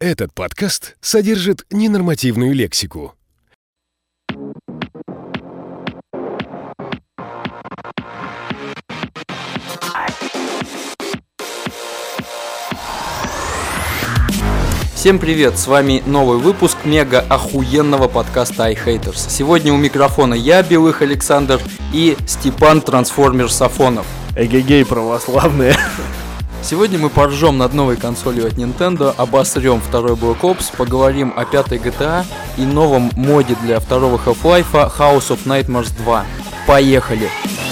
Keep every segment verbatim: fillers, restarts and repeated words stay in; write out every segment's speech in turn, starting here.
Этот подкаст содержит ненормативную лексику. Всем привет, с вами новый выпуск мега охуенного подкаста iHaters. Сегодня у микрофона я, Белых Александр, и Степан Трансформер Сафонов. Эгегей, православные. Сегодня мы поржем над новой консолью от Nintendo, обосрем второй Black Ops, поговорим о пятой джи ти эй и новом моде для второго Half-Life House of Nightmares два. Поехали!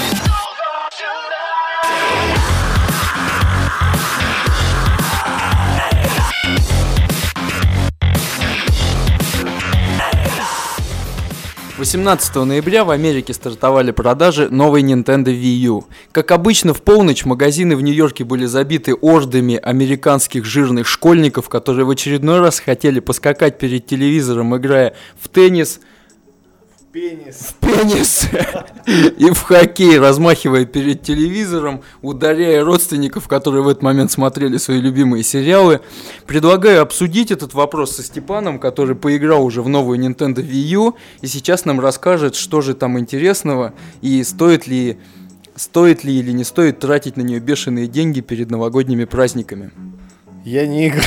восемнадцатого ноября в Америке стартовали продажи новой Nintendo Wii U. Как обычно, в полночь магазины в Нью-Йорке были забиты ордами американских жирных школьников, которые в очередной раз хотели поскакать перед телевизором, играя в теннис, Пенис. в пенис и в хоккей, размахивая перед телевизором, ударяя родственников, которые в этот момент смотрели свои любимые сериалы. Предлагаю обсудить этот вопрос со Степаном, который поиграл уже в новую Nintendo Wii U и сейчас нам расскажет, что же там интересного и стоит ли, стоит ли или не стоит тратить на нее бешеные деньги перед новогодними праздниками. Я не играл.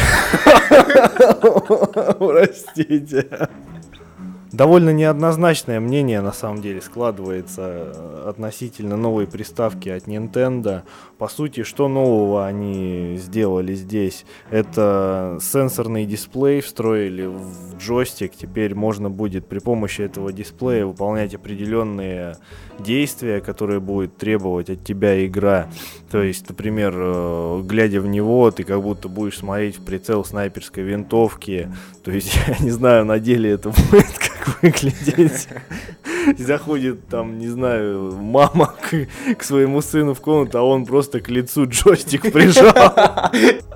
Простите. Довольно неоднозначное мнение, на самом деле, складывается относительно новой приставки от Nintendo. По сути, что нового они сделали здесь? Это сенсорный дисплей встроили в джойстик. Теперь можно будет при помощи этого дисплея выполнять определенные действия, которые будет требовать от тебя игра. То есть, например, глядя в него, ты как будто будешь смотреть в прицел снайперской винтовки. То есть, я не знаю, на деле это будет как выглядеть. Заходит там, не знаю, мама к, к своему сыну в комнату, а он просто к лицу джойстик прижал.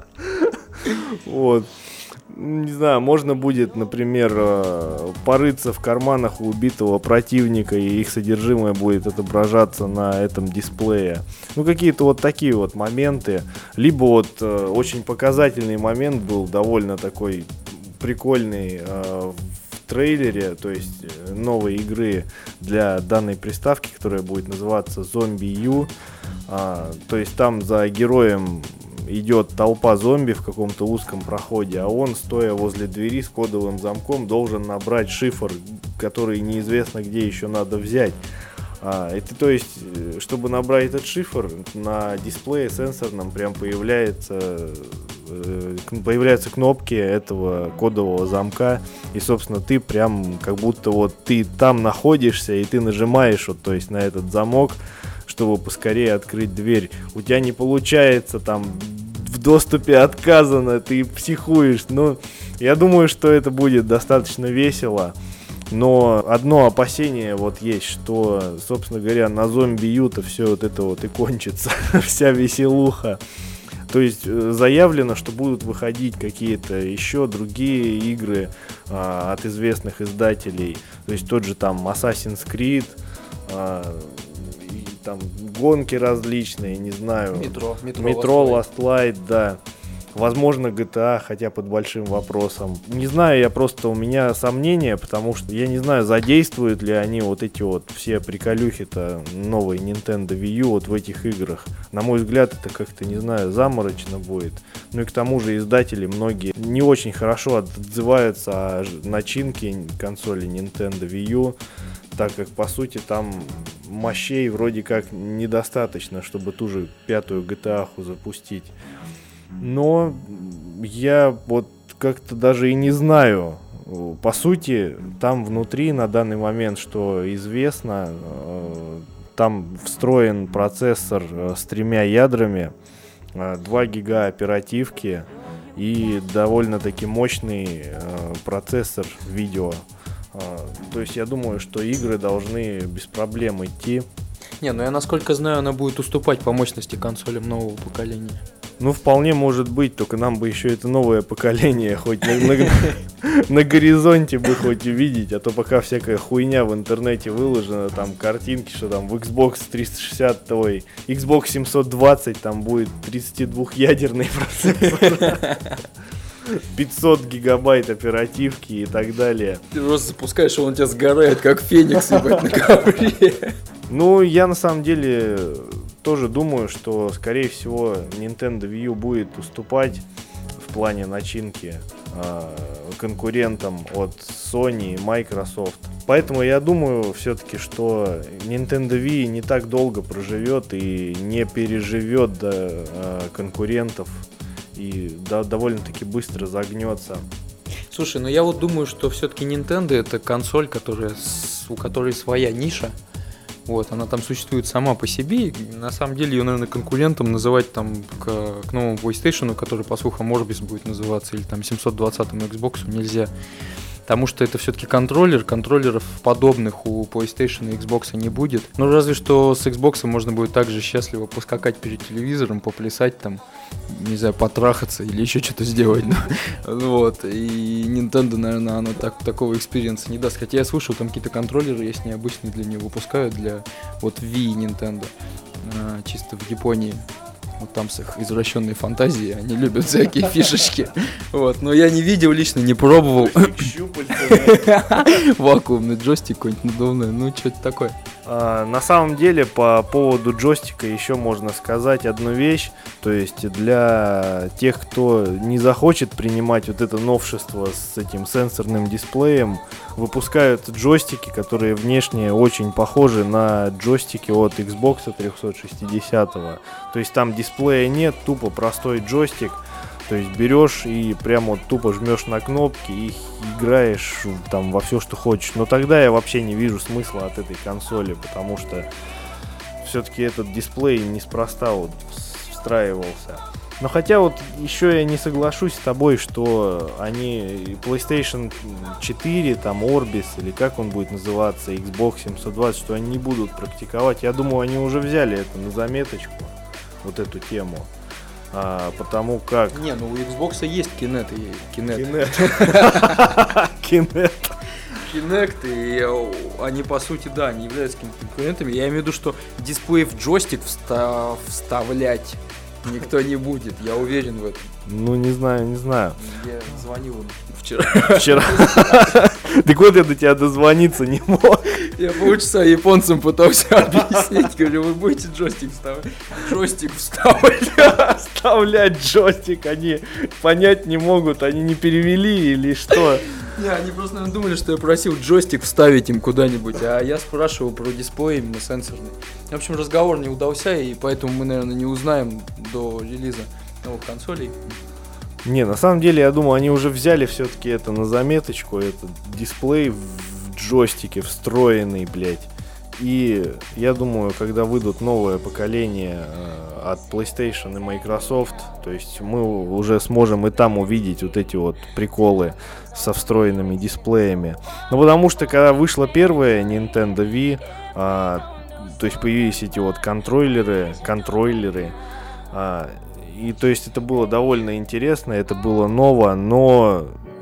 Вот. Не знаю, можно будет, например, порыться в карманах у убитого противника, и их содержимое будет отображаться на этом дисплее. Ну, какие-то вот такие вот моменты. Либо вот очень показательный момент был, довольно такой прикольный, в трейлере, то есть новой игры для данной приставки, которая будет называться Zombie U. А, то есть там за героем идет толпа зомби в каком-то узком проходе, а он, стоя возле двери с кодовым замком, должен набрать шифр, который неизвестно где еще надо взять. А, это, то есть, чтобы набрать этот шифр, на дисплее сенсорном прям появляется, э, появляются кнопки этого кодового замка, и, собственно, ты прям как будто вот ты там находишься, и ты нажимаешь вот, то есть, на этот замок, чтобы поскорее открыть дверь. У тебя не получается, там в доступе отказано, ты психуешь. Но я думаю, что это будет достаточно весело. Но одно опасение вот есть, что, собственно говоря, на Zombie U-то все вот это вот и кончится, вся веселуха. То есть заявлено, что будут выходить какие-то еще другие игры а, от известных издателей. То есть тот же там Assassin's Creed, а, и, там гонки различные, не знаю. Метро, метро, Метро Last Last Light, да. Возможно, джи ти эй, хотя под большим вопросом. Не знаю, я просто, у меня сомнения, потому что я не знаю, задействуют ли они вот эти вот все приколюхи-то новой Nintendo Wii U вот в этих играх. На мой взгляд, это как-то, не знаю, заморочно будет. Ну и к тому же издатели многие не очень хорошо отзываются о начинке консоли Nintendo Wii U, так как, по сути, там мощей вроде как недостаточно, чтобы ту же пятую джи ти эй запустить. Но я вот как-то даже и не знаю. По сути, там внутри на данный момент, что известно, там встроен процессор с тремя ядрами, два гига оперативки и довольно-таки мощный процессор видео. То есть я думаю, что игры должны без проблем идти. Не, ну я насколько знаю, она будет уступать по мощности консолям нового поколения. Ну, вполне может быть, только нам бы еще это новое поколение хоть на, на, на горизонте бы хоть увидеть, а то пока всякая хуйня в интернете выложена, там картинки, что там в Xbox триста шестьдесят, ой, Xbox семьсот двадцать там будет тридцатидвухъядерный процессор. пятьсот гигабайт оперативки и так далее. Ты просто запускаешь, и он у тебя сгорает, как феникс, ебать, на ковре. Ну, я на самом деле тоже думаю, что, скорее всего, Nintendo Wii U будет уступать в плане начинки э, конкурентам от Sony и Microsoft. Поэтому я думаю все-таки, что Nintendo Wii не так долго проживет и не переживет до э, конкурентов и да, довольно-таки быстро загнется. Слушай, ну я вот думаю, что все-таки Nintendo это консоль, которая с, у которой своя ниша. Вот, она там существует сама по себе, и на самом деле ее, наверное, конкурентом называть там к, к новому PlayStation, который, по слухам, Orbis будет называться, или там семьсот двадцатому Xbox нельзя. Потому что это все-таки контроллер, контроллеров подобных у PlayStation и Xbox не будет. Ну, разве что с Xbox можно будет также счастливо поскакать перед телевизором, поплясать там, не знаю, потрахаться или еще что-то сделать. Вот, и Nintendo, наверное, она так, такого экспириенса не даст. Хотя я слышал, там какие-то контроллеры есть необычные для нее выпускают, для вот Wii Nintendo, чисто в Японии. Вот там с их извращенной фантазией, они любят всякие фишечки. Вот, но я не видел лично, не пробовал. Вакуумный джойстик какой-нибудь надувной, ну что-то такое. А, на самом деле, по поводу джойстика еще можно сказать одну вещь. То есть для тех, кто не захочет принимать вот это новшество с этим сенсорным дисплеем, выпускают джойстики, которые внешне очень похожи на джойстики от Xbox триста шестьдесят. То есть там дисплея нет, тупо простой джойстик. То есть берешь и прямо вот тупо жмешь на кнопки и играешь там во все, что хочешь. Но тогда я вообще не вижу смысла от этой консоли, потому что все-таки этот дисплей неспроста вот встраивался. Но хотя вот еще я не соглашусь с тобой, что они PlayStation четыре, там Orbis, или как он будет называться, Xbox семьсот двадцать, что они не будут практиковать. Я думаю, они уже взяли это на заметочку, вот эту тему. А, потому как... Не, ну у Xbox есть Kinect и Kinect. Kinect. Kinect, и они по сути, да, не являются какими-то конкурентами. Я имею в виду, что дисплей в джойстик вста- вставлять никто не будет, я уверен в этом. Ну, не знаю, не знаю. Я звонил им вчера. Вчера. Так вот я до тебя дозвониться не мог. Я полчаса японцам пытался объяснить, говорю, вы будете джойстик вставлять? Джойстик вставлять. Вставлять джойстик, они понять не могут, они не перевели или что? Не, они просто, наверное, думали, что я просил джойстик вставить им куда-нибудь, а я спрашивал про дисплей именно сенсорный. В общем, разговор не удался, и поэтому мы, наверное, не узнаем до релиза новых консолей. Не, на самом деле, я думаю, они уже взяли все-таки это на заметочку, этот дисплей в джойстике встроенный, блядь. И я думаю, когда выйдут новое поколение э, от PlayStation и Microsoft, то есть мы уже сможем и там увидеть вот эти вот приколы со встроенными дисплеями. Ну, потому что когда вышла первая Nintendo Wii, э, то есть появились эти вот контроллеры, контроллеры, э, и то есть это было довольно интересно, это было ново, но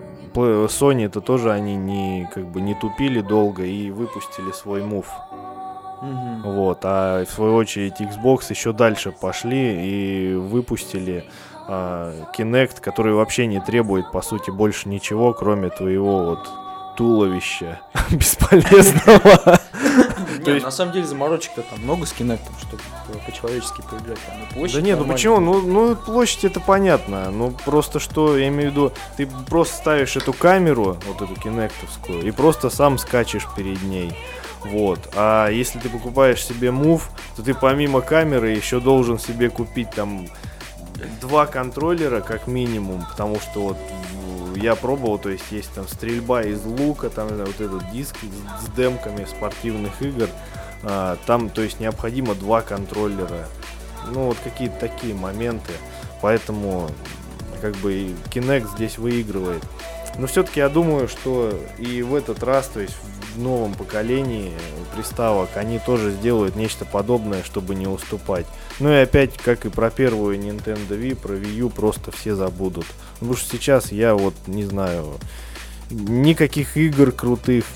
Sony это тоже они не, как бы, не тупили долго и выпустили свой Move. Mm-hmm. Вот, а в свою очередь Xbox еще дальше пошли и выпустили а, Kinect, который вообще не требует по сути больше ничего, кроме твоего вот туловища бесполезного. Нет, на самом деле заморочек-то там много с Kinect'ом, чтобы по-человечески поиграть. Да нет, ну почему? Ну, ну площадь это понятно. Ну просто что, я имею в виду, ты просто ставишь эту камеру, вот эту кинектовскую, и просто сам скачешь перед ней. Вот. А если ты покупаешь себе Move, то ты помимо камеры еще должен себе купить там два контроллера как минимум, потому что вот я пробовал, то есть есть там стрельба из лука, там вот этот диск с демками спортивных игр, а, там, то есть необходимо два контроллера, ну вот какие-то такие моменты, поэтому как бы Kinect здесь выигрывает. Но все-таки я думаю, что и в этот раз, то есть в новом поколении приставок, они тоже сделают нечто подобное, чтобы не уступать. Ну и опять, как и про первую Nintendo Wii, про Wii U просто все забудут. Потому что сейчас я вот не знаю, никаких игр крутых,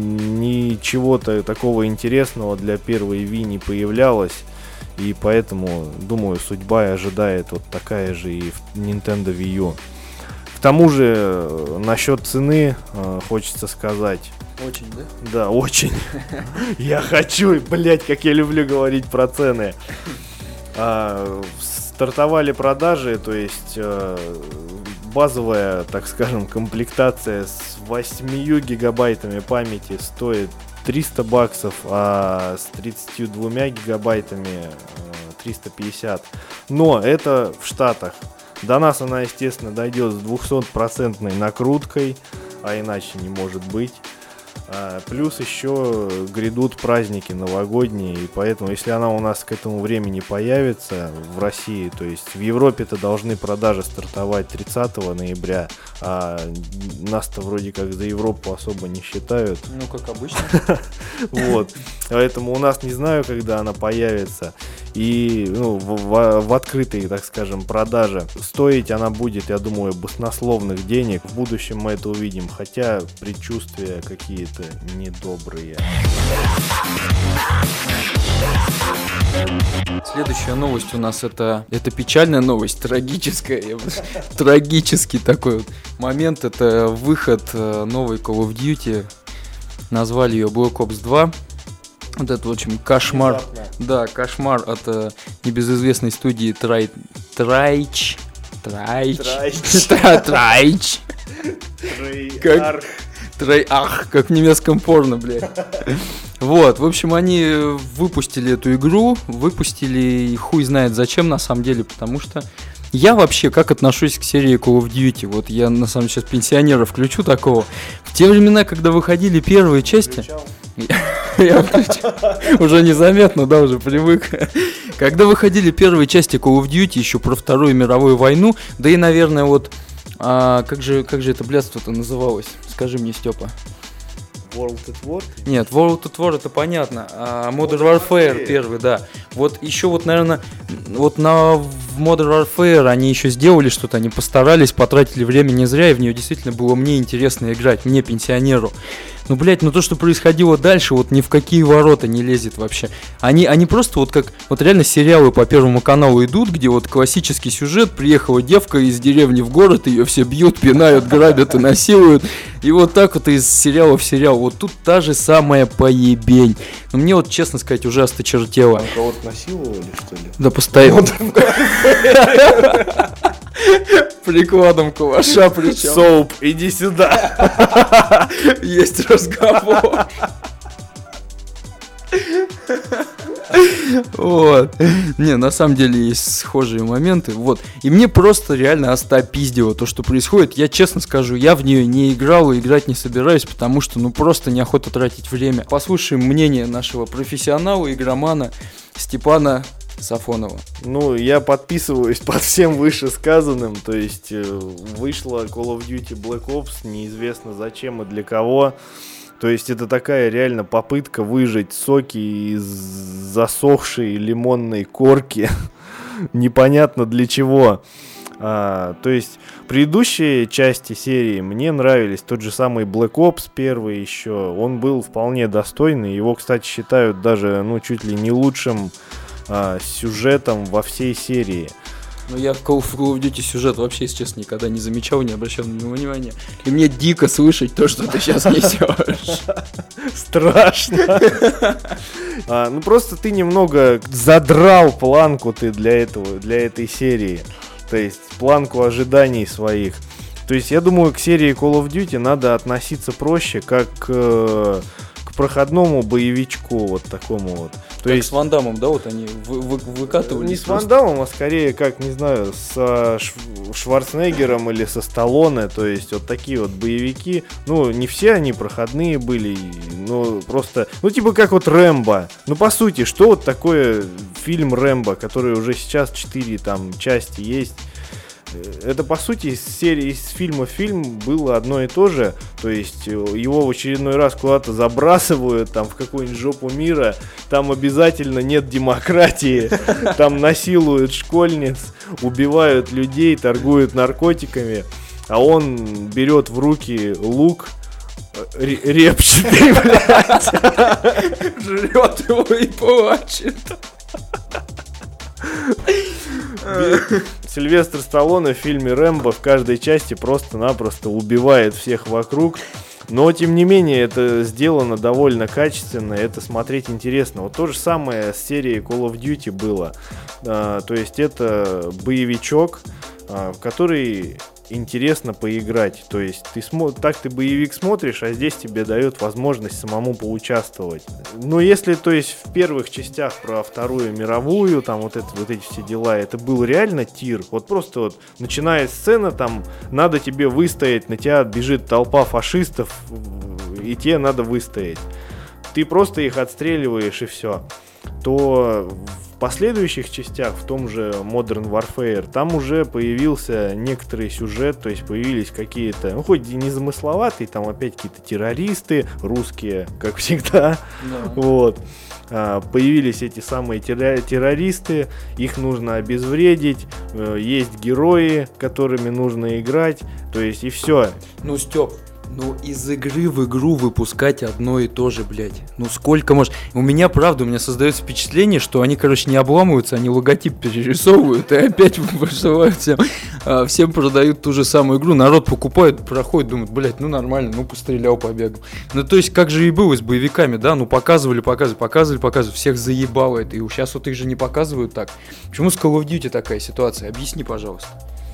ничего-то такого интересного для первой Wii не появлялось. И поэтому, думаю, судьба ожидает вот такая же и в Nintendo Wii U. тому же, насчет цены э, хочется сказать. Очень, да? Да, очень. Я хочу, блять, как я люблю говорить про цены. А, стартовали продажи, то есть э, базовая, так скажем, комплектация с восьмью гигабайтами памяти стоит триста баксов, а с тридцатью двумя гигабайтами э, триста пятьдесят. Но это в Штатах. До нас она, естественно, дойдет с двухсотпроцентной накруткой, а иначе не может быть. А, плюс еще грядут праздники новогодние, и поэтому, если она у нас к этому времени появится в России, то есть в Европе-то должны продажи стартовать тридцатого ноября, а нас-то вроде как за Европу особо не считают. Ну, как обычно. Вот. Поэтому у нас не знаю, когда она появится. И ну, в, в, в открытой, так скажем, продаже стоить она будет, я думаю, баснословных денег. В будущем мы это увидим, хотя предчувствия какие-то недобрые. Следующая новость у нас это, это печальная новость, трагическая, трагический такой вот момент. Это выход новой Call of Duty, назвали ее Black Ops два. Вот это, в общем, кошмар. Да, кошмар от э, небезызвестной студии Трай... Трайч. Трайч. Трайч. Трайч. Трайарх, как в немецком порно, блядь. Вот, в общем, они выпустили эту игру, выпустили и хуй знает зачем на самом деле, потому что я вообще как отношусь к серии Call of Duty. Вот я на самом деле сейчас пенсионера включу такого. В те времена, когда выходили первые части... Я включал. Уже незаметно, да, уже привык. Когда выходили первые части Call of Duty, еще про Вторую мировую войну, да и, наверное, вот а, как же, как же это блядство-то называлось? Скажи мне, Степа. World at War? Нет, World at War это понятно, а Modern Warfare первый, да. Вот еще вот, наверное, вот на Modern Warfare они еще сделали что-то, они постарались, потратили время не зря, и в нее действительно было мне интересно играть, мне, пенсионеру. Ну, блядь, ну то, что происходило дальше, вот ни в какие ворота не лезет вообще. Они, они просто вот как, вот реально сериалы по Первому каналу идут, где вот классический сюжет, приехала девка из деревни в город, ее все бьют, пинают, грабят и насилуют. И вот так вот из сериала в сериал. Вот тут та же самая поебень. Но мне вот, честно сказать, уже осточертело. Там кого-то насиловали, что ли? Да постоянно. Прикладом кулаша причем. Соуп, иди сюда. Есть разговор. Вот. Не, на самом деле есть схожие моменты. Вот. И мне просто реально остопиздило то, что происходит. Я честно скажу, я в нее не играл и играть не собираюсь, потому что ну просто неохота тратить время. Послушаем мнение нашего профессионала, игромана Степана Сафонова. Ну, я подписываюсь под всем вышесказанным. То есть вышла Call of Duty Black Ops, неизвестно зачем и для кого. То есть это такая реально попытка выжать соки из засохшей лимонной корки. Непонятно для чего. А, то есть предыдущие части серии мне нравились. Тот же самый Black Ops первый еще. Он был вполне достойный. Его, кстати, считают даже ну, чуть ли не лучшим а, сюжетом во всей серии. Ну, я в Call of Duty сюжет вообще, если честно, никогда не замечал, не обращал на него внимания. И мне дико слышать то, что ты сейчас несешь. Страшно. а, ну, просто ты немного задрал планку ты для этого, для этой серии. То есть, планку ожиданий своих. То есть, я думаю, к серии Call of Duty надо относиться проще, как э, к проходному боевичку, вот такому вот. То как есть, с Ван Даммом, да, вот они вы, вы, выкатывались. Не с Ван Даммом, а скорее, как, не знаю, с Шварценеггером или со Сталлоне, то есть вот такие вот боевики. Ну, не все они проходные были, ну, просто, ну, типа как вот Рэмбо. Ну, по сути, что вот такое фильм Рэмбо, который уже сейчас четыре там части есть. Это, по сути, из серии, из фильма в фильм было одно и то же. То есть его в очередной раз куда-то забрасывают, там, в какую-нибудь жопу мира. Там обязательно нет демократии. Там насилуют школьниц, убивают людей, торгуют наркотиками. А он берет в руки лук репчатый, блядь. Жрет его и плачет. Сильвестр Сталлоне в фильме «Рэмбо» в каждой части просто-напросто убивает всех вокруг. Но, тем не менее, это сделано довольно качественно, это смотреть интересно. Вот то же самое с серией Call of Duty было. А, то есть это боевичок, а, в который интересно поиграть. То есть ты смо- так ты боевик смотришь, а здесь тебе дает возможность самому поучаствовать. Но если, то есть, в первых частях про Вторую мировую, там вот, это, вот эти все дела, это был реально тир. Вот просто вот, начиная сцена, там, надо тебе выстоять, на тебя бежит толпа фашистов, и тебе надо выстоять. Ты просто их отстреливаешь, и все. То в последующих частях, в том же Modern Warfare, там уже появился некоторый сюжет, то есть появились какие-то, ну хоть и не замысловатые, там опять какие-то террористы, русские, как всегда, да. Вот. А, появились эти самые террористы, их нужно обезвредить, есть герои, которыми нужно играть, то есть и все. Ну, Степ, ну, из игры в игру выпускать одно и то же, блядь. Ну, сколько может... У меня, правда, у меня создается впечатление, что они, короче, не обламываются, они логотип перерисовывают и опять высылают всем. А, всем продают ту же самую игру. Народ покупает, проходит, думает, блядь, ну, нормально, ну, пострелял, побегал. Ну, то есть, как же и было с боевиками, да? Ну, показывали, показывали, показывали, показывали. Всех заебало это. И сейчас вот их же не показывают так. Почему с Call of Duty такая ситуация? Объясни, пожалуйста.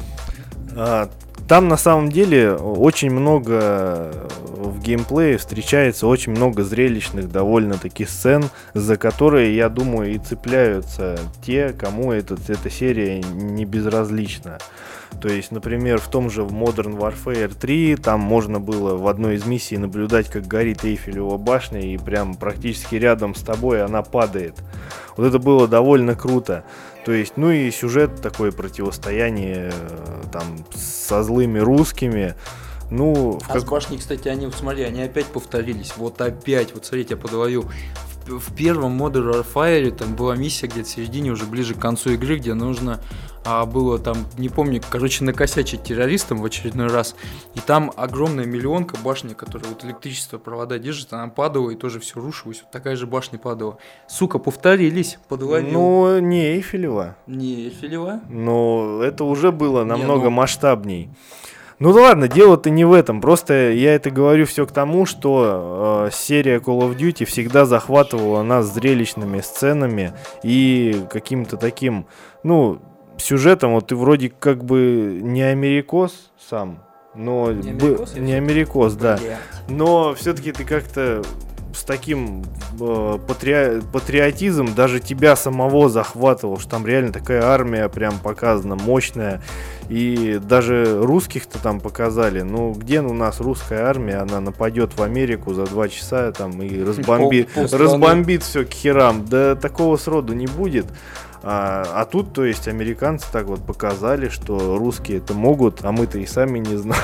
А... Там на самом деле очень много в геймплее встречается, очень много зрелищных довольно-таки сцен, за которые, я думаю, и цепляются те, кому этот, эта серия не безразлична. То есть, например, в том же в Modern Warfare три там можно было в одной из миссий наблюдать, как горит Эйфелева башня, и прям практически рядом с тобой она падает. Вот это было довольно круто. То есть, ну и сюжет, такое противостояние там со злыми русскими. Ну, а как... с башней, кстати, они, вот смотри, они опять повторились. Вот опять, вот смотрите, я подловил. В, в первом Modern Warfare там была миссия где-то в середине, уже ближе к концу игры, где нужно а, было там, не помню, короче, накосячить террористам в очередной раз. И там огромная миллионка башня, которая вот электричество, провода держит, она падала и тоже все рушилось. Вот такая же башня падала. Сука, повторились, подловил. Ну, не Эйфелева. Не Эйфелева. Но это уже было намного не, ну... масштабней. Ну да ладно, дело-то не в этом, просто я это говорю все к тому, что э, серия Call of Duty всегда захватывала нас зрелищными сценами и каким-то таким, ну, сюжетом. Вот ты вроде как бы не америкос сам, но... Не америкос, б... не америкос да, но все-таки ты как-то... с таким э, патри... патриотизмом даже тебя самого захватывал, что там реально такая армия прям показана, мощная. И даже русских-то там показали. Ну, где у нас русская армия, она нападет в Америку за два часа там и разбомбит, Пол, разбомбит все к херам. Да такого сроду не будет. А, а тут, то есть, американцы так вот показали, что русские это могут, а мы-то и сами не знаем.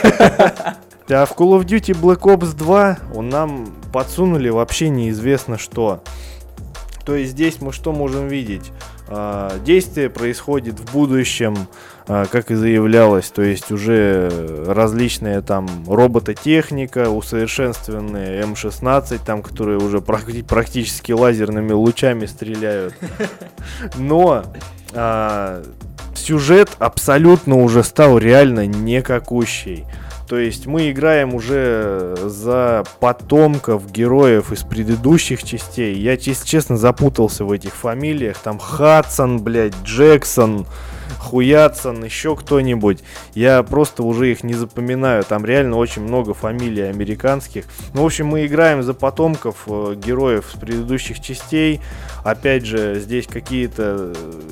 А в Call of Duty Black Ops два он нам подсунули вообще неизвестно что. То есть здесь мы что можем видеть? А, действие происходит в будущем, а, как и заявлялось, то есть уже различная там робототехника, усовершенствованные эм шестнадцать, там, которые уже практи- практически лазерными лучами стреляют. Но а, сюжет абсолютно уже стал реально никакущий. То есть мы играем уже за потомков героев из предыдущих частей. Я, если честно, запутался в этих фамилиях. Там Хадсон, блядь, Джексон, Хуятсон, еще кто-нибудь. Я просто уже их не запоминаю. Там реально очень много фамилий американских. Ну, в общем, мы играем за потомков э, героев с предыдущих частей. Опять же, здесь какие-то...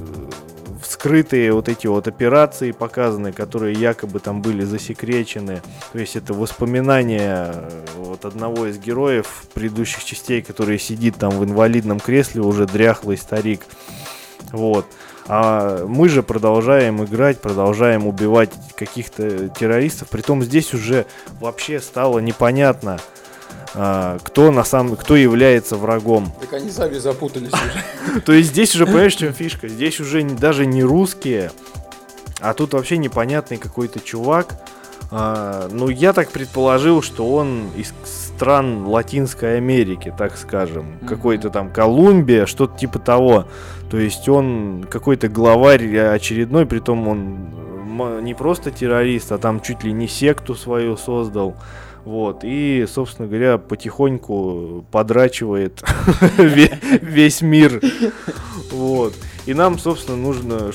скрытые вот эти вот операции показаны, которые якобы там были засекречены. То есть это воспоминания вот одного из героев предыдущих частей, который сидит там в инвалидном кресле, уже дряхлый старик. Вот. А мы же продолжаем играть, продолжаем убивать каких-то террористов. Притом здесь уже вообще стало непонятно, А, кто на самом, кто является врагом. Так они сами запутались уже. То есть здесь уже, понимаешь, в чем фишка? Здесь уже даже не русские, а тут вообще непонятный какой-то чувак. А, ну, я так предположил, что он из стран Латинской Америки, так скажем. Mm-hmm. Какой-то там Колумбия, что-то типа того. То есть он какой-то главарь очередной, притом он не просто террорист, а там чуть ли не секту свою создал. Вот, и, собственно говоря, потихоньку подрачивает весь мир. Вот. И нам, собственно, нужно...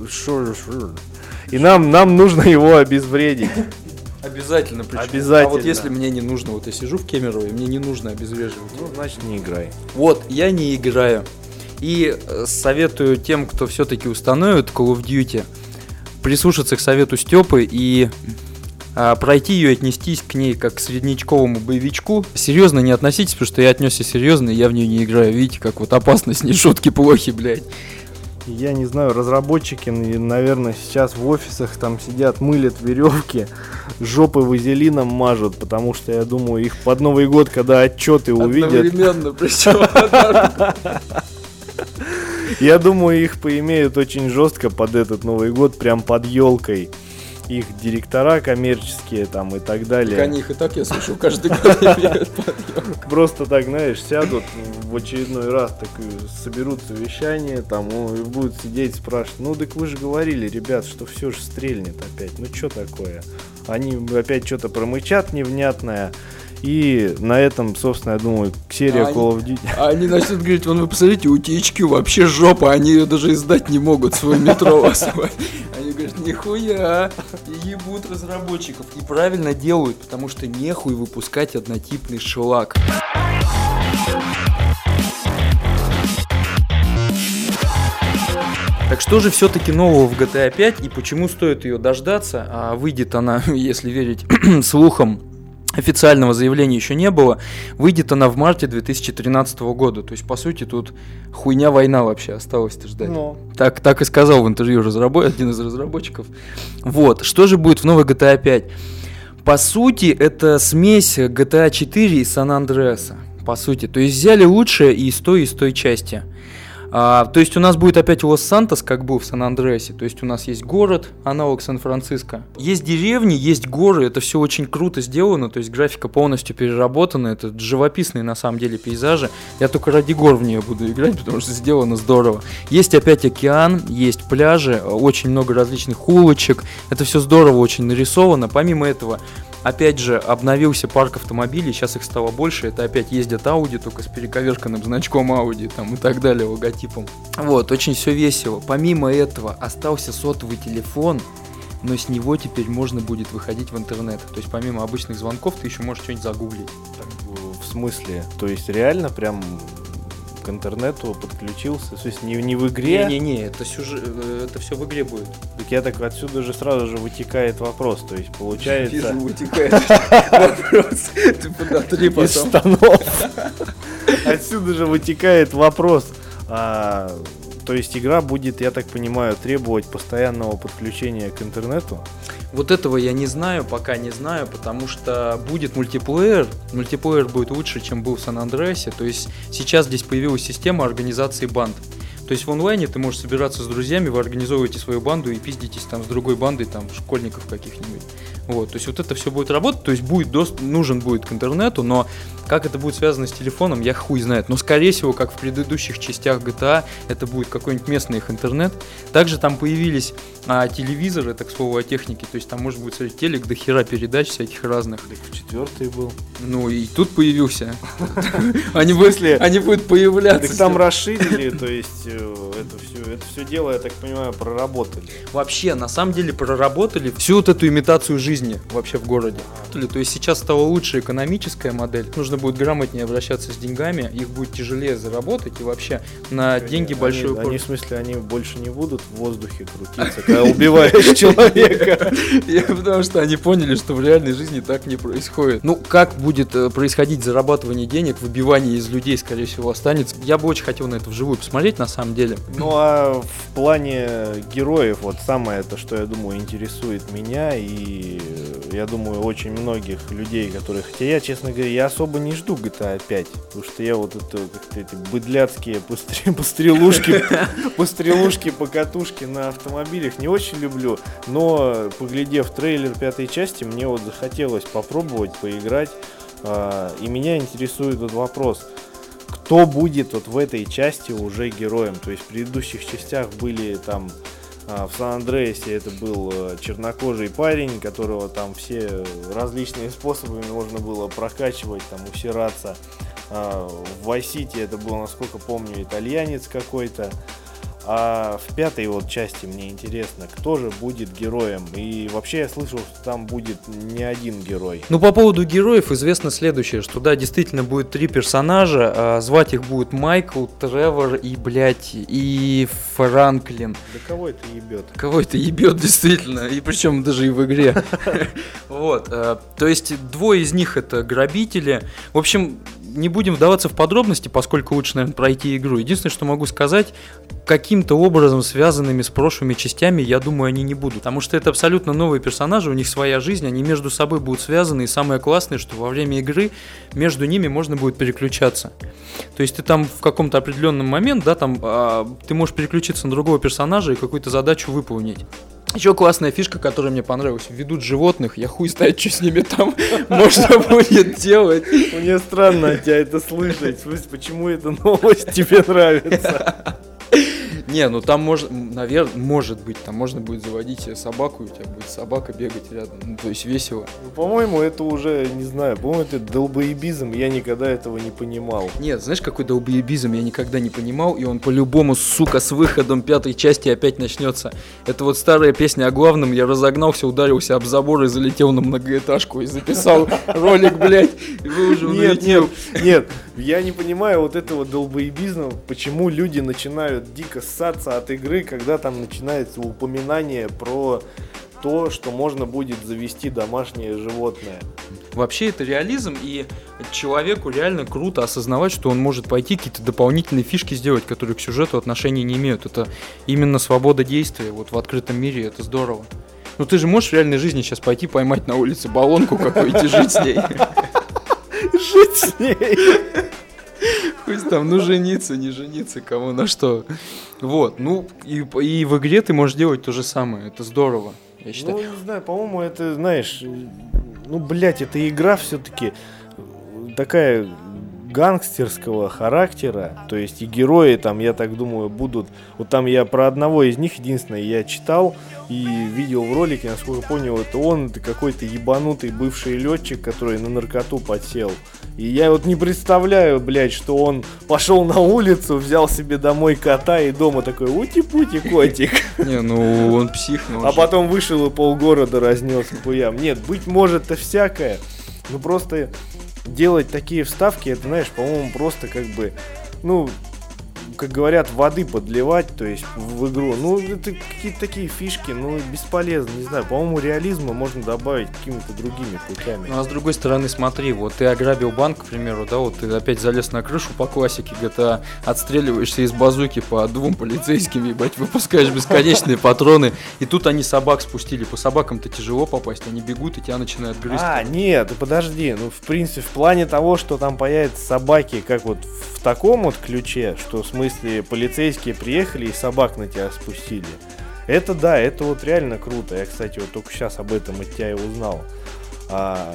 И нам, нам нужно его обезвредить. Обязательно, причем. Обязательно. А вот если мне не нужно, вот я сижу в Кемерово, и мне не нужно обезвреживать. Ну, значит, не играй. Вот, я не играю. И советую тем, кто все-таки установит Call of Duty, прислушаться к совету Степы и а, пройти ее и отнестись к ней как к среднячковому боевичку. Серьезно не относитесь, потому что я отнесся серьезно, и я в нее не играю. Видите, как вот опасно с ней, шутки плохи, блядь. Я не знаю, разработчики, наверное, сейчас в офисах там сидят, мылят веревки, жопы вазелином мажут, потому что, я думаю, их под Новый год, когда отчеты увидят... Одновременно, причем. Я думаю, их поимеют очень жестко под этот Новый год, прям под елкой. Их директора коммерческие там и так далее. Так они их и так, я слышу, каждый год имеют под елкой. Просто так, знаешь, сядут в очередной раз, так соберут совещание, там, и будут сидеть спрашивать, ну так вы же говорили, ребят, что все же стрельнет опять, ну что такое? Они опять что-то промычат невнятное. И на этом, собственно, я думаю, серия а Call of Duty... А они начнут говорить, вон вы посмотрите, у ти эйч кью вообще жопа, они ее даже издать не могут, свой метро. Они говорят, нихуя, и ебут разработчиков. И правильно делают, потому что нехуй выпускать однотипный шлак. Так что же все-таки нового в джи ти эй пять и почему стоит ее дождаться? А выйдет она, если верить слухам, официального заявления еще не было. Выйдет она в марте две тысячи тринадцатого года. То есть, по сути, тут хуйня война вообще осталось-то ждать. Но. Так, так и сказал в интервью разработ... один из разработчиков. Вот. Что же будет в новой джи ти эй пять? По сути, это смесь джи ти эй четыре и Сан-Андреаса. По сути. То есть, взяли лучшее и из той, и из той части. А, то есть у нас будет опять Лос-Сантос, как был в Сан-Андреасе. То есть у нас есть город, аналог Сан-Франциско. Есть деревни, есть горы, это все очень круто сделано. То есть графика полностью переработана. Это живописные на самом деле пейзажи. Я только ради гор в нее буду играть, потому что сделано здорово. Есть опять океан, есть пляжи, очень много различных улочек. Это все здорово очень нарисовано. Помимо этого, опять же, обновился парк автомобилей, сейчас их стало больше, это опять ездят Audi, только с перековерканным значком Audi там, и так далее, логотипом. Вот, очень все весело. Помимо этого, остался сотовый телефон, но с него теперь можно будет выходить в интернет. То есть, помимо обычных звонков, ты еще можешь что-нибудь загуглить. Так, в смысле? То есть, реально прям... к интернету подключился, то есть не, не в игре. Не-не-не, это, сюжет, это все в игре будет. Так я так отсюда же сразу же вытекает вопрос, то есть получается... Вижу, вытекает вопрос. Ты подотри потом. Из штанов. Отсюда же вытекает вопрос. То есть игра будет, я так понимаю, требовать постоянного подключения к интернету? Вот этого я не знаю, пока не знаю, потому что будет мультиплеер. Мультиплеер будет лучше, чем был в Сан-Андреасе. То есть сейчас здесь появилась система организации банд. То есть в онлайне ты можешь собираться с друзьями, вы организовываете свою банду и пиздитесь там с другой бандой, там, школьников каких-нибудь. Вот, то есть вот это все будет работать, то есть будет дост... нужен будет к интернету, но как это будет связано с телефоном, я хуй знает. Но скорее всего, как в предыдущих частях джи ти эй, это будет какой-нибудь местный их интернет. Также там появились а, телевизоры, так к слову, о технике, то есть там можно будет смотреть телек, до хера передач всяких разных. Так четвертый был. Ну и тут появился. Они будут появляться. Так там расширили, то есть это все, это все дело, я так понимаю, проработали. Вообще, на самом деле, проработали всю вот эту имитацию жизни вообще в городе. То есть сейчас стала лучшая экономическая модель. Нужно будет грамотнее обращаться с деньгами, их будет тяжелее заработать и вообще на они, деньги большой упор. Они, в смысле, они больше не будут в воздухе крутиться, когда убиваешь человека. Потому что они поняли, что в реальной жизни так не происходит. Ну, как будет происходить зарабатывание денег, выбивание из людей, скорее всего, останется. Я бы очень хотел на это вживую посмотреть, на самом деле. Ну, а в плане героев, вот самое это, что, я думаю, интересует меня и, я думаю, очень многих людей, которые... Хотя я, честно говоря, я особо не жду джи ти эй пять, потому что я вот это, как-то эти быдляцкие пострелушки, пострелушки, покатушки на автомобилях не очень люблю, но, поглядев трейлер пятой части, мне вот захотелось попробовать, поиграть. А, и меня интересует вот вопрос, кто будет вот в этой части уже героем? То есть в предыдущих частях были там а, в Сан-Андреасе это был чернокожий парень, которого там все различными способами можно было прокачивать, там усираться. А, в Vice-City это был, насколько помню, итальянец какой-то. А в пятой вот части мне интересно, кто же будет героем. И вообще я слышал, что там будет не один герой. Ну, по поводу героев известно следующее, что да, действительно будет три персонажа, а звать их будет Майкл, Тревор и, блядь, и Франклин. Да кого это ебет? Кого это ебет, действительно, и причем даже и в игре. Вот, то есть двое из них это грабители. В общем, не будем вдаваться в подробности, поскольку лучше, наверное, пройти игру. Единственное, что могу сказать, каким-то образом связанными с прошлыми частями, я думаю, они не будут. Потому что это абсолютно новые персонажи, у них своя жизнь, они между собой будут связаны. И самое классное, что во время игры между ними можно будет переключаться. То есть ты там в каком-то определенном момент, да, там а, ты можешь переключиться на другого персонажа и какую-то задачу выполнить. Еще классная фишка, которая мне понравилась. Ведут животных, я хуй знает, что с ними там можно будет делать. Мне странно от тебя это слышать. В смысле, почему эта новость тебе нравится? Не, ну там может, наверное, может быть, там можно будет заводить себе собаку, и у тебя будет собака бегать рядом, ну, то есть весело. Ну, по-моему, это уже, не знаю, по-моему, это долбоебизм, я никогда этого не понимал. Нет, знаешь, какой долбоебизм я никогда не понимал, и он по-любому, сука, с выходом пятой части опять начнется. Это вот старая песня о главном, я разогнался, ударился об забор и залетел на многоэтажку и записал ролик, блядь, и выложил на Нет, YouTube. нет, нет, я не понимаю вот этого долбоебизма, почему люди начинают дико ссаться от игры, когда там начинается упоминание про то, что можно будет завести домашнее животное. Вообще это реализм, и человеку реально круто осознавать, что он может пойти какие-то дополнительные фишки сделать, которые к сюжету отношения не имеют. Это именно свобода действия вот в открытом мире, это здорово. Ну ты же можешь в реальной жизни сейчас пойти поймать на улице баллонку какую-то и жить с ней. Жить с ней? Пусть там, ну жениться, не жениться, кому на что. Вот, ну и, и в игре ты можешь делать то же самое, это здорово, я считаю. Ну, не знаю, по-моему, это, знаешь, ну, блядь, это игра все-таки такая гангстерского характера, то есть и герои там, я так думаю, будут, вот там я про одного из них, единственное, я читал и видел в ролике, насколько понял, это он, это какой-то ебанутый бывший летчик, который на наркоту подсел. И я вот не представляю, блядь, что он пошел на улицу, взял себе домой кота и дома такой ути-пути котик. Не, ну он псих, но А потом вышел и полгорода разнес к хуям. Нет, быть может, это всякое, но просто делать такие вставки, это, знаешь, по-моему, просто как бы, ну, как говорят, воды подливать, то есть в игру. Ну, это какие-то такие фишки, ну, бесполезно, не знаю. По-моему, реализма можно добавить какими-то другими путями. Ну, а с другой стороны, смотри, вот ты ограбил банк, к примеру, да, вот ты опять залез на крышу по классике джи ти эй, отстреливаешься из базуки по двум полицейским, ебать, выпускаешь бесконечные патроны, и тут они собак спустили. По собакам-то тяжело попасть, они бегут и тебя начинают грызть. А, нет, подожди, ну, в принципе, в плане того, что там появятся собаки, как вот в таком вот ключе, что, в смысле, полицейские приехали и собак на тебя спустили. Это да, это вот реально круто. Я, кстати, вот только сейчас об этом от тебя и узнал. А,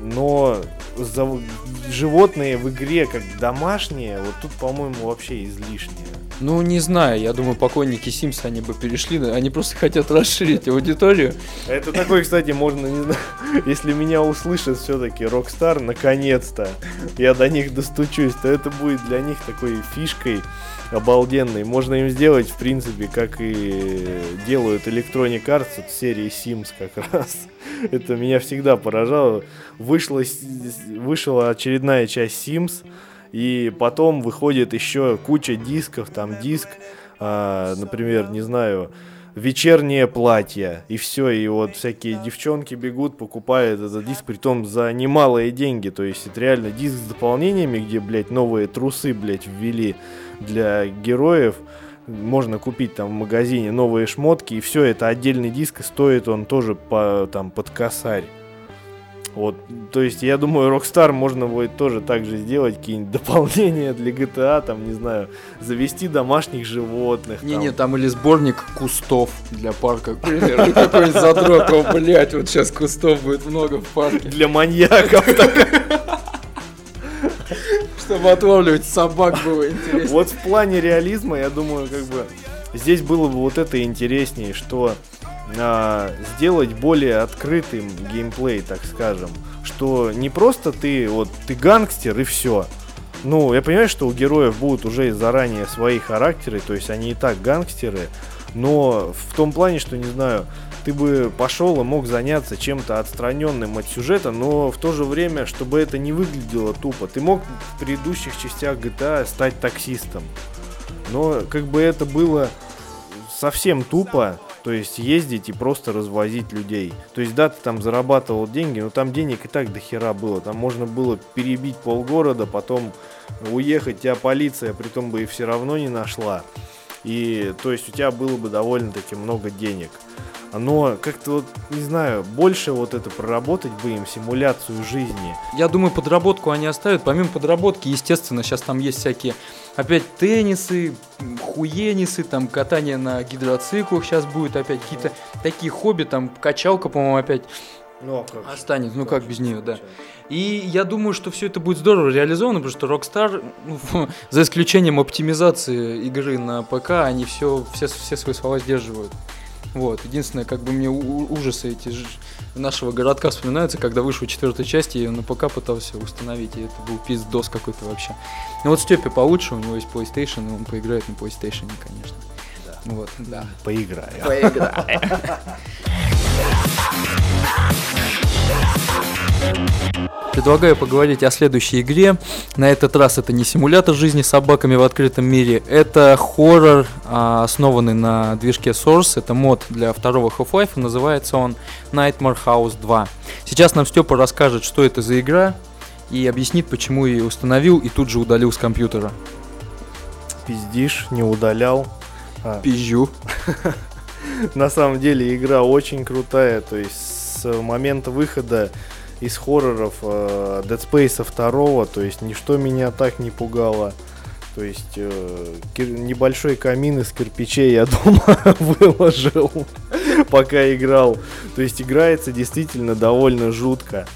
но за... животные в игре как домашние, вот тут, по-моему, вообще излишнее. Ну, не знаю, я думаю, поклонники Sims, они бы перешли, они просто хотят расширить аудиторию. Это такой, кстати, можно, не знаю, если меня услышат все-таки Rockstar, наконец-то, я до них достучусь, то это будет для них такой фишкой обалденной. Можно им сделать, в принципе, как и делают Electronic Arts от серии Sims как раз. Это меня всегда поражало. Вышла, вышла очередная часть Sims, и потом выходит еще куча дисков, там диск, а, например, не знаю, вечернее платье, и все, и вот всякие девчонки бегут, покупают этот диск, притом за немалые деньги, то есть это реально диск с дополнениями, где, блядь, новые трусы, блядь, ввели для героев, можно купить там в магазине новые шмотки, и все, это отдельный диск, и стоит он тоже по, там, под косарь. Вот, то есть, я думаю, Rockstar можно будет тоже так же сделать, какие-нибудь дополнения для джи ти эй, там, не знаю, завести домашних животных. Не-не, там. там или сборник кустов для парка, к примеру, какой-нибудь задрот, блять, вот сейчас кустов будет много в парке. Для маньяков. Чтобы отлавливать собак было интересно. Вот в плане реализма, я думаю, как бы здесь было бы вот это интереснее, что а, сделать более открытым геймплей, так скажем. Что не просто ты, вот, ты гангстер и все. Ну, я понимаю, что у героев будут уже заранее свои характеры, то есть они и так гангстеры, но в том плане, что, не знаю, ты бы пошел и мог заняться чем-то отстраненным от сюжета, но в то же время, чтобы это не выглядело тупо. Ты мог в предыдущих частях джи ти эй стать таксистом, но как бы это было совсем тупо, то есть ездить и просто развозить людей. То есть да, ты там зарабатывал деньги, но там денег и так до хера было. Там можно было перебить полгорода, потом уехать, тебя полиция притом бы и все равно не нашла. И то есть у тебя было бы довольно-таки много денег. Но как-то вот, не знаю, больше вот это проработать бы им, симуляцию жизни. Я думаю, подработку они оставят. Помимо подработки, естественно, сейчас там есть всякие, опять, теннисы, хуенисы, там, катание на гидроциклах сейчас будет, опять какие-то такие хобби, там, качалка, по-моему, опять Ну, а как? останется, ну как без нее, да. И я думаю, что все это будет здорово реализовано, потому что Rockstar, ну, за исключением оптимизации игры на ПК, они все, все, все свои слова сдерживают. Вот, единственное, как бы мне у- ужасы эти ж- нашего городка вспоминаются, когда вышла четвертая часть, я ее на ПК пытался установить, и это был пиздос какой-то вообще. Ну вот Степе получше, у него есть PlayStation, и он поиграет на PlayStation, конечно. Да. Вот, да. Поиграю. Поиграй. Предлагаю поговорить о следующей игре. На этот раз это не симулятор жизни с собаками в открытом мире. Это хоррор, а, основанный на движке Source. Это мод для второго Half-Life. Называется он Nightmare House два. Сейчас нам Степа расскажет, что это за игра, и объяснит, почему ее установил и тут же удалил с компьютера. Пиздишь, не удалял. А, Пизжу. На самом деле игра очень крутая, то есть с момента выхода из хорроров э, Dead Space два, то есть ничто меня так не пугало. То есть э, кир- небольшой камин из кирпичей я дома выложил, пока играл. То есть играется действительно довольно жутко.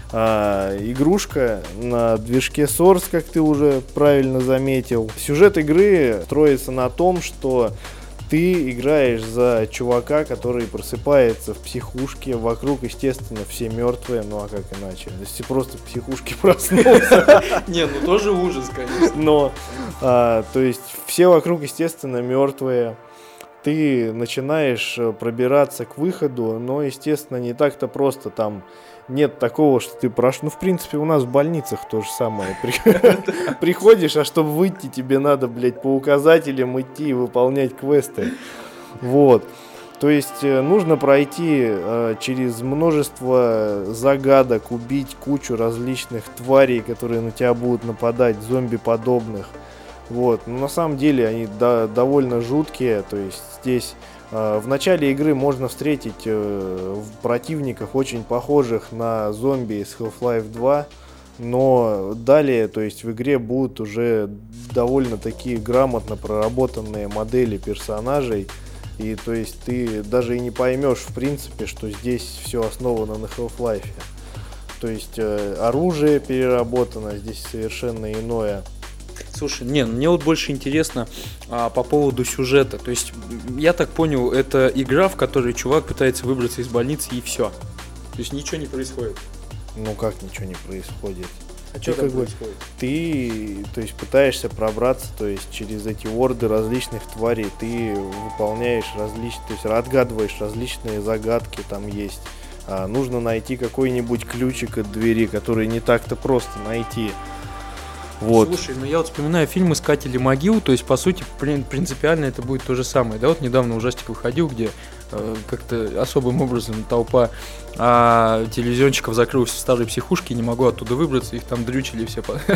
А, игрушка на движке Source, как ты уже правильно заметил. Сюжет игры строится на том, что ты играешь за чувака, который просыпается в психушке. Вокруг, естественно, все мертвые. Ну а как иначе? Если просто в психушке проснулся. Не, ну тоже ужас, конечно. Но, а, то есть, все вокруг, естественно, мертвые. Ты начинаешь пробираться к выходу, но, естественно, не так-то просто. Там нет такого, что ты прошел. Ну, в принципе, у нас в больницах то же самое. Приходишь, а чтобы выйти, тебе надо, блядь, по указателям идти и выполнять квесты. Вот. То есть нужно пройти э, через множество загадок, убить кучу различных тварей, которые на тебя будут нападать, зомби-подобных. Вот. Но на самом деле они до- довольно жуткие. То есть здесь э, в начале игры можно встретить э, противников, очень похожих на зомби из Half-Life два. Но далее, то есть в игре будут уже довольно такие грамотно проработанные модели персонажей. И то есть ты даже и не поймешь, в принципе, что здесь все основано на Half-Life. То есть э, оружие переработано, здесь совершенно иное. Слушай, не, мне вот больше интересно а, по поводу сюжета. То есть, я так понял, это игра, в которой чувак пытается выбраться из больницы и все. То есть ничего не происходит. Ну как ничего не происходит? А Ты что там как бы- происходит? Ты, то есть, пытаешься пробраться, то есть, через эти орды различных тварей, ты выполняешь различные, то есть, отгадываешь различные загадки, там есть. А, нужно найти какой-нибудь ключик от двери, который не так-то просто найти. Вот. Слушай, ну я вот вспоминаю фильм «Искатели могил», то есть, по сути, прин- принципиально это будет то же самое. Да, вот недавно ужастик выходил, где э, как-то особым образом толпа а, телевизионщиков закрылась в старой психушке, не могу оттуда выбраться, их там дрючили все. по-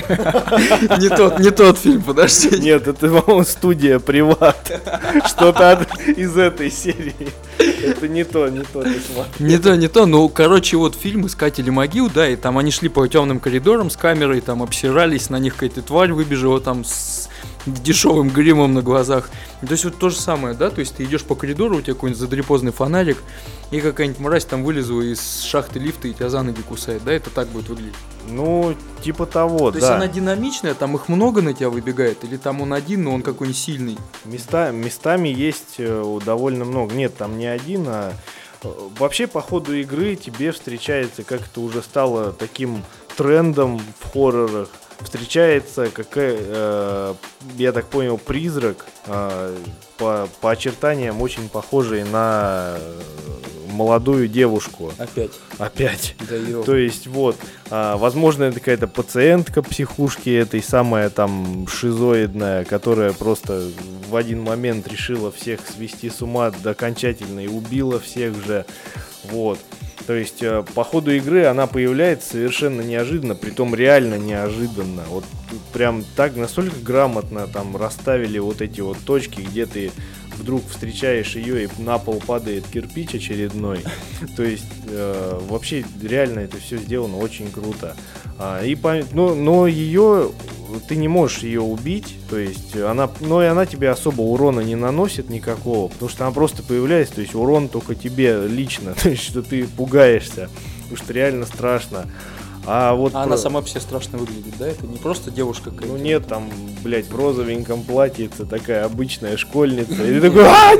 Не тот, не тот фильм, подожди. Нет, это, по-моему, студия «Приват». Что-то от- из этой серии. Это не то, не то, ты смотри. Не то, не то, ну, короче, вот фильм «Искатели могил», да, и там они шли по темным коридорам с камерой, там обсирались, на них какая-то тварь выбежала там с дешевым гримом на глазах. То есть вот то же самое, да, то есть ты идешь по коридору, у тебя какой-нибудь задрипозный фонарик, и какая-нибудь мразь там вылезла из шахты лифта и тебя за ноги кусает, да, это так будет выглядеть? Ну, типа того, То да. есть она динамичная, там их много на тебя выбегает, или там он один, но он какой-нибудь сильный? Места, местами есть э, довольно много. Нет, там не один, а э, вообще по ходу игры тебе встречается, как это уже стало таким трендом в хоррорах, встречается какая, э, я так понял, призрак, э, по, по очертаниям очень похожий на молодую девушку. Опять. Опять. Да, ё. То есть вот, а, возможно, это какая-то пациентка психушки этой, самая там шизоидная, которая просто в один момент решила всех свести с ума до окончательно и убила всех же. Вот. То есть э, по ходу игры она появляется совершенно неожиданно, притом реально неожиданно. Вот прям так настолько грамотно там расставили вот эти вот точки, где ты вдруг встречаешь ее и на пол падает кирпич очередной. То есть э, вообще реально это все сделано очень круто. А, и по, но, но ее ты не можешь ее убить, то есть она, но и она тебе особо урона не наносит никакого, потому что она просто появляется, то есть урон только тебе лично, то есть что ты пугаешься, потому что реально страшно. А вот А про... она сама все страшно выглядит, да? Это не просто девушка какая-то. Ну нет, там, блядь, в розовеньком платьице такая обычная школьница. И ты такой, а,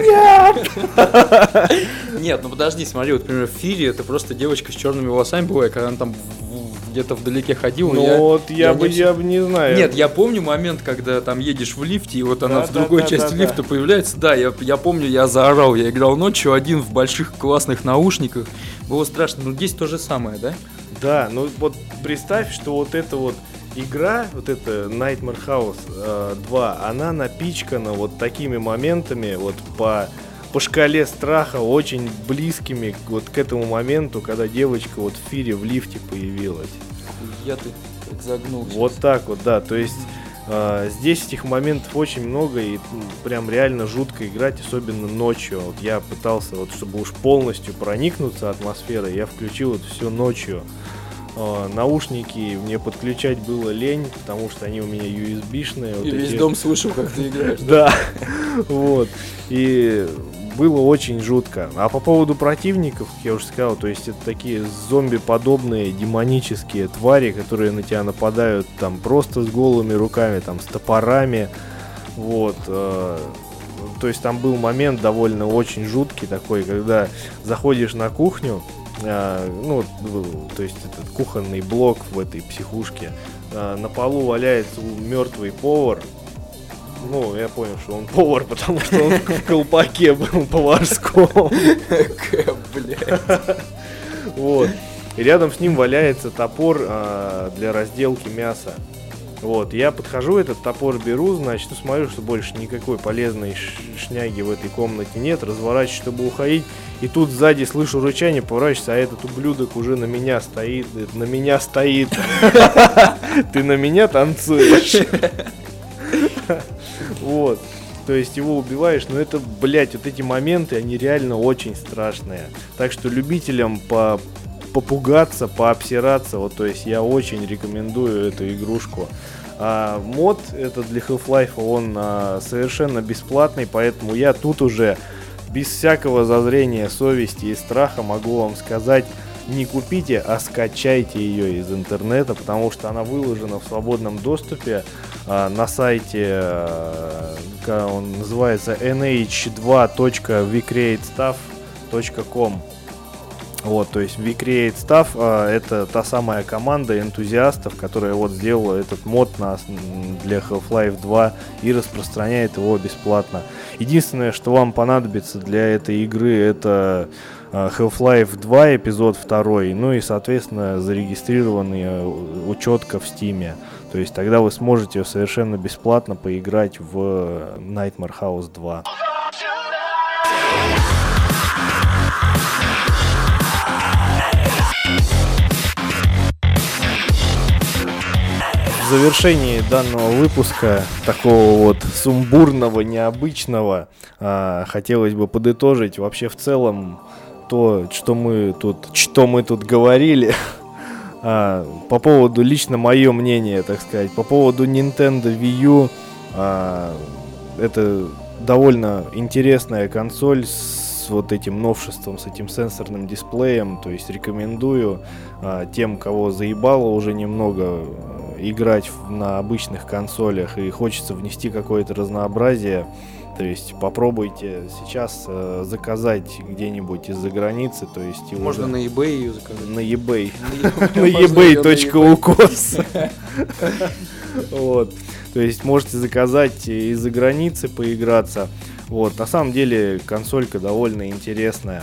нет! Нет, ну подожди, смотри, вот, например, в Фире это просто девочка с черными волосами была, когда она там где-то вдалеке ходила. Ну я, вот я, я бы, не... я бы не знаю. Нет, я помню момент, когда там едешь в лифте, и вот она Да, в другой да, части да, лифта да. появляется. Да, я, я помню, я заорал, я играл ночью один в больших классных наушниках. Было страшно, но здесь то же самое, да? Да, ну вот представь, что вот эта вот игра, вот эта Nightmare House э, два, она напичкана вот такими моментами, вот по, по шкале страха, очень близкими вот к этому моменту, когда девочка вот в Фире в лифте появилась. Я ты как загнул. Вот так вот, да, то есть э, здесь этих моментов очень много, и м, прям реально жутко играть, особенно ночью. Вот я пытался, вот, чтобы уж полностью проникнуться атмосферой, я включил это все ночью. Э, наушники мне подключать было лень, потому что они у меня ю эс би-шные. Вот И весь эти. дом слышал, как ты играешь. Да, вот. И было очень жутко. А по поводу противников, как я уже сказал, то есть это такие зомби-подобные демонические твари, которые на тебя нападают там просто с голыми руками, там с топорами. Вот. э, То есть там был момент довольно очень жуткий такой, когда заходишь на кухню, э, ну, то есть этот кухонный блок в этой психушке, э, на полу валяется мертвый повар. Ну, я понял, что он повар, потому что он в колпаке был поварском. Блядь. Вот. И рядом с ним валяется топор а, для разделки мяса. Вот. Я подхожу, этот топор беру, значит, ну, смотрю, что больше никакой полезной ш- шняги в этой комнате нет. Разворачиваюсь, чтобы уходить. И тут сзади слышу рычание, поворачиваюсь, а этот ублюдок уже на меня стоит. На меня стоит. Ты на меня танцуешь. Вот, то есть его убиваешь, но это, блядь, вот эти моменты, они реально очень страшные. Так что любителям по попугаться, пообсираться, вот, то есть я очень рекомендую эту игрушку. А, мод этот для Half-Life, он а, совершенно бесплатный, поэтому я тут уже без всякого зазрения совести и страха могу вам сказать: не купите, а скачайте ее из интернета, потому что она выложена в свободном доступе а, на сайте, а, он называется эн эйч два точка ви креейт стафф точка ком. Вот, то есть ви креейт стафф а, это та самая команда энтузиастов, которая вот сделала этот мод на, для Half-Life два и распространяет его бесплатно. Единственное, что вам понадобится для этой игры, это Half-Life два эпизод два, ну и, соответственно, зарегистрированная учетка в Steam. То есть тогда вы сможете совершенно бесплатно поиграть в Nightmare House два. В завершении данного выпуска, такого вот сумбурного, необычного, а, хотелось бы подытожить вообще в целом то, что мы тут, что мы тут говорили. а, по поводу, лично мое мнение, так сказать, по поводу Nintendo Wii U. А, это довольно интересная консоль с вот этим новшеством, с этим сенсорным дисплеем. То есть рекомендую а, тем, кого заебало уже немного играть в, на обычных консолях и хочется внести какое-то разнообразие. То есть попробуйте сейчас э, заказать где-нибудь из-за границы. То есть можно уже... на eBay ее заказать. На eBay. На ebay точка укос. Вот. То есть можете заказать из-за границы, поиграться. Вот. На самом деле консолька довольно интересная.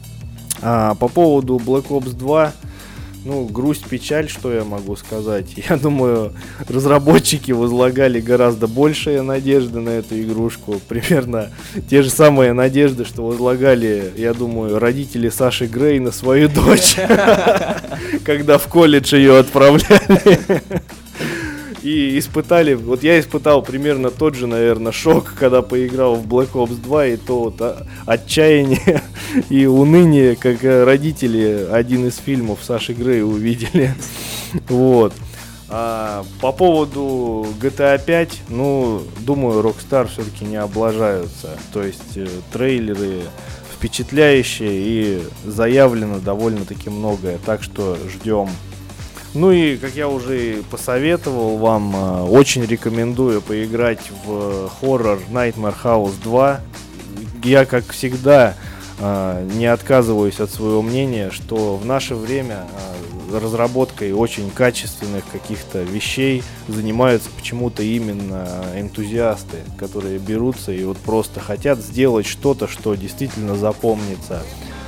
А по поводу Black Ops два, ну, грусть, печаль, что я могу сказать. Я думаю, разработчики возлагали гораздо большие надежды на эту игрушку. Примерно те же самые надежды, что возлагали, я думаю, родители Саши Грей на свою дочь, когда в колледж ее отправляли. И испытали, вот я испытал примерно тот же, наверное, шок, когда поиграл в Black Ops два, и то вот а, отчаяние и уныние, как родители один из фильмов Саши Грея увидели. Вот. А по поводу джи ти эй пять, ну, думаю, Rockstar все-таки не облажаются. То есть э, трейлеры впечатляющие и заявлено довольно-таки многое, так что ждем. Ну и, как я уже посоветовал вам, очень рекомендую поиграть в хоррор Nightmare House два. Я, как всегда, не отказываюсь от своего мнения, что в наше время разработкой очень качественных каких-то вещей занимаются почему-то именно энтузиасты, которые берутся и вот просто хотят сделать что-то, что действительно запомнится,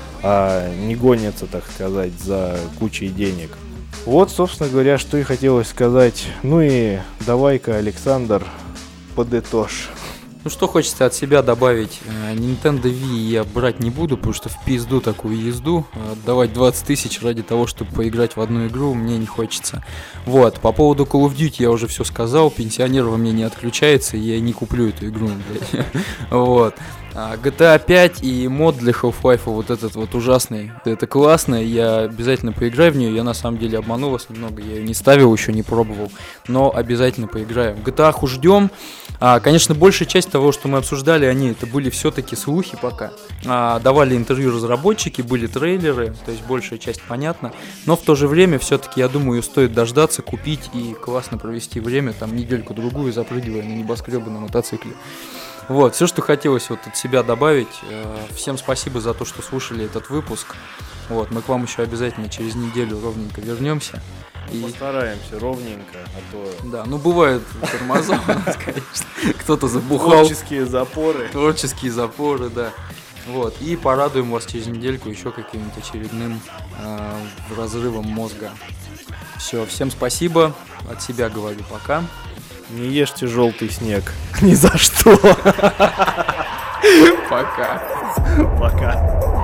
а не гонятся, так сказать, за кучей денег. Вот, собственно говоря, что и хотелось сказать. Ну и давай-ка, Александр, подытожь. Ну что хочется от себя добавить. Nintendo Wii я брать не буду, потому что в пизду такую езду. Отдавать двадцать тысяч ради того, чтобы поиграть в одну игру, мне не хочется. Вот, по поводу Call of Duty я уже все сказал. Пенсионер во мне не отключается, и я не куплю эту игру, блядь. Вот. джи ти эй пять и мод для Half-Life вот этот вот ужасный. Это классно, я обязательно поиграю в нее. Я на самом деле обманул вас немного, я ее не ставил, еще не пробовал, но обязательно поиграю. джи ти эй ждем. А, конечно, большая часть того, что мы обсуждали, они это были все-таки слухи пока. А, давали интервью разработчики, были трейлеры, то есть большая часть понятна. Но в то же время все-таки, я думаю, стоит дождаться, купить и классно провести время, там недельку-другую, запрыгивая на небоскребы на мотоцикле. Вот, все, что хотелось вот от себя добавить. Всем спасибо за то, что слушали этот выпуск. Вот, мы к вам еще обязательно через неделю ровненько вернемся. И... Постараемся ровненько, а то... Да, ну бывают тормоза у нас, конечно. Кто-то забухал. Творческие запоры. Творческие запоры, да. Вот, и порадуем вас через недельку еще каким-нибудь очередным э, разрывом мозга. Все, всем спасибо. От себя говорю пока. Не ешьте желтый снег. Ни за что. Пока. Пока.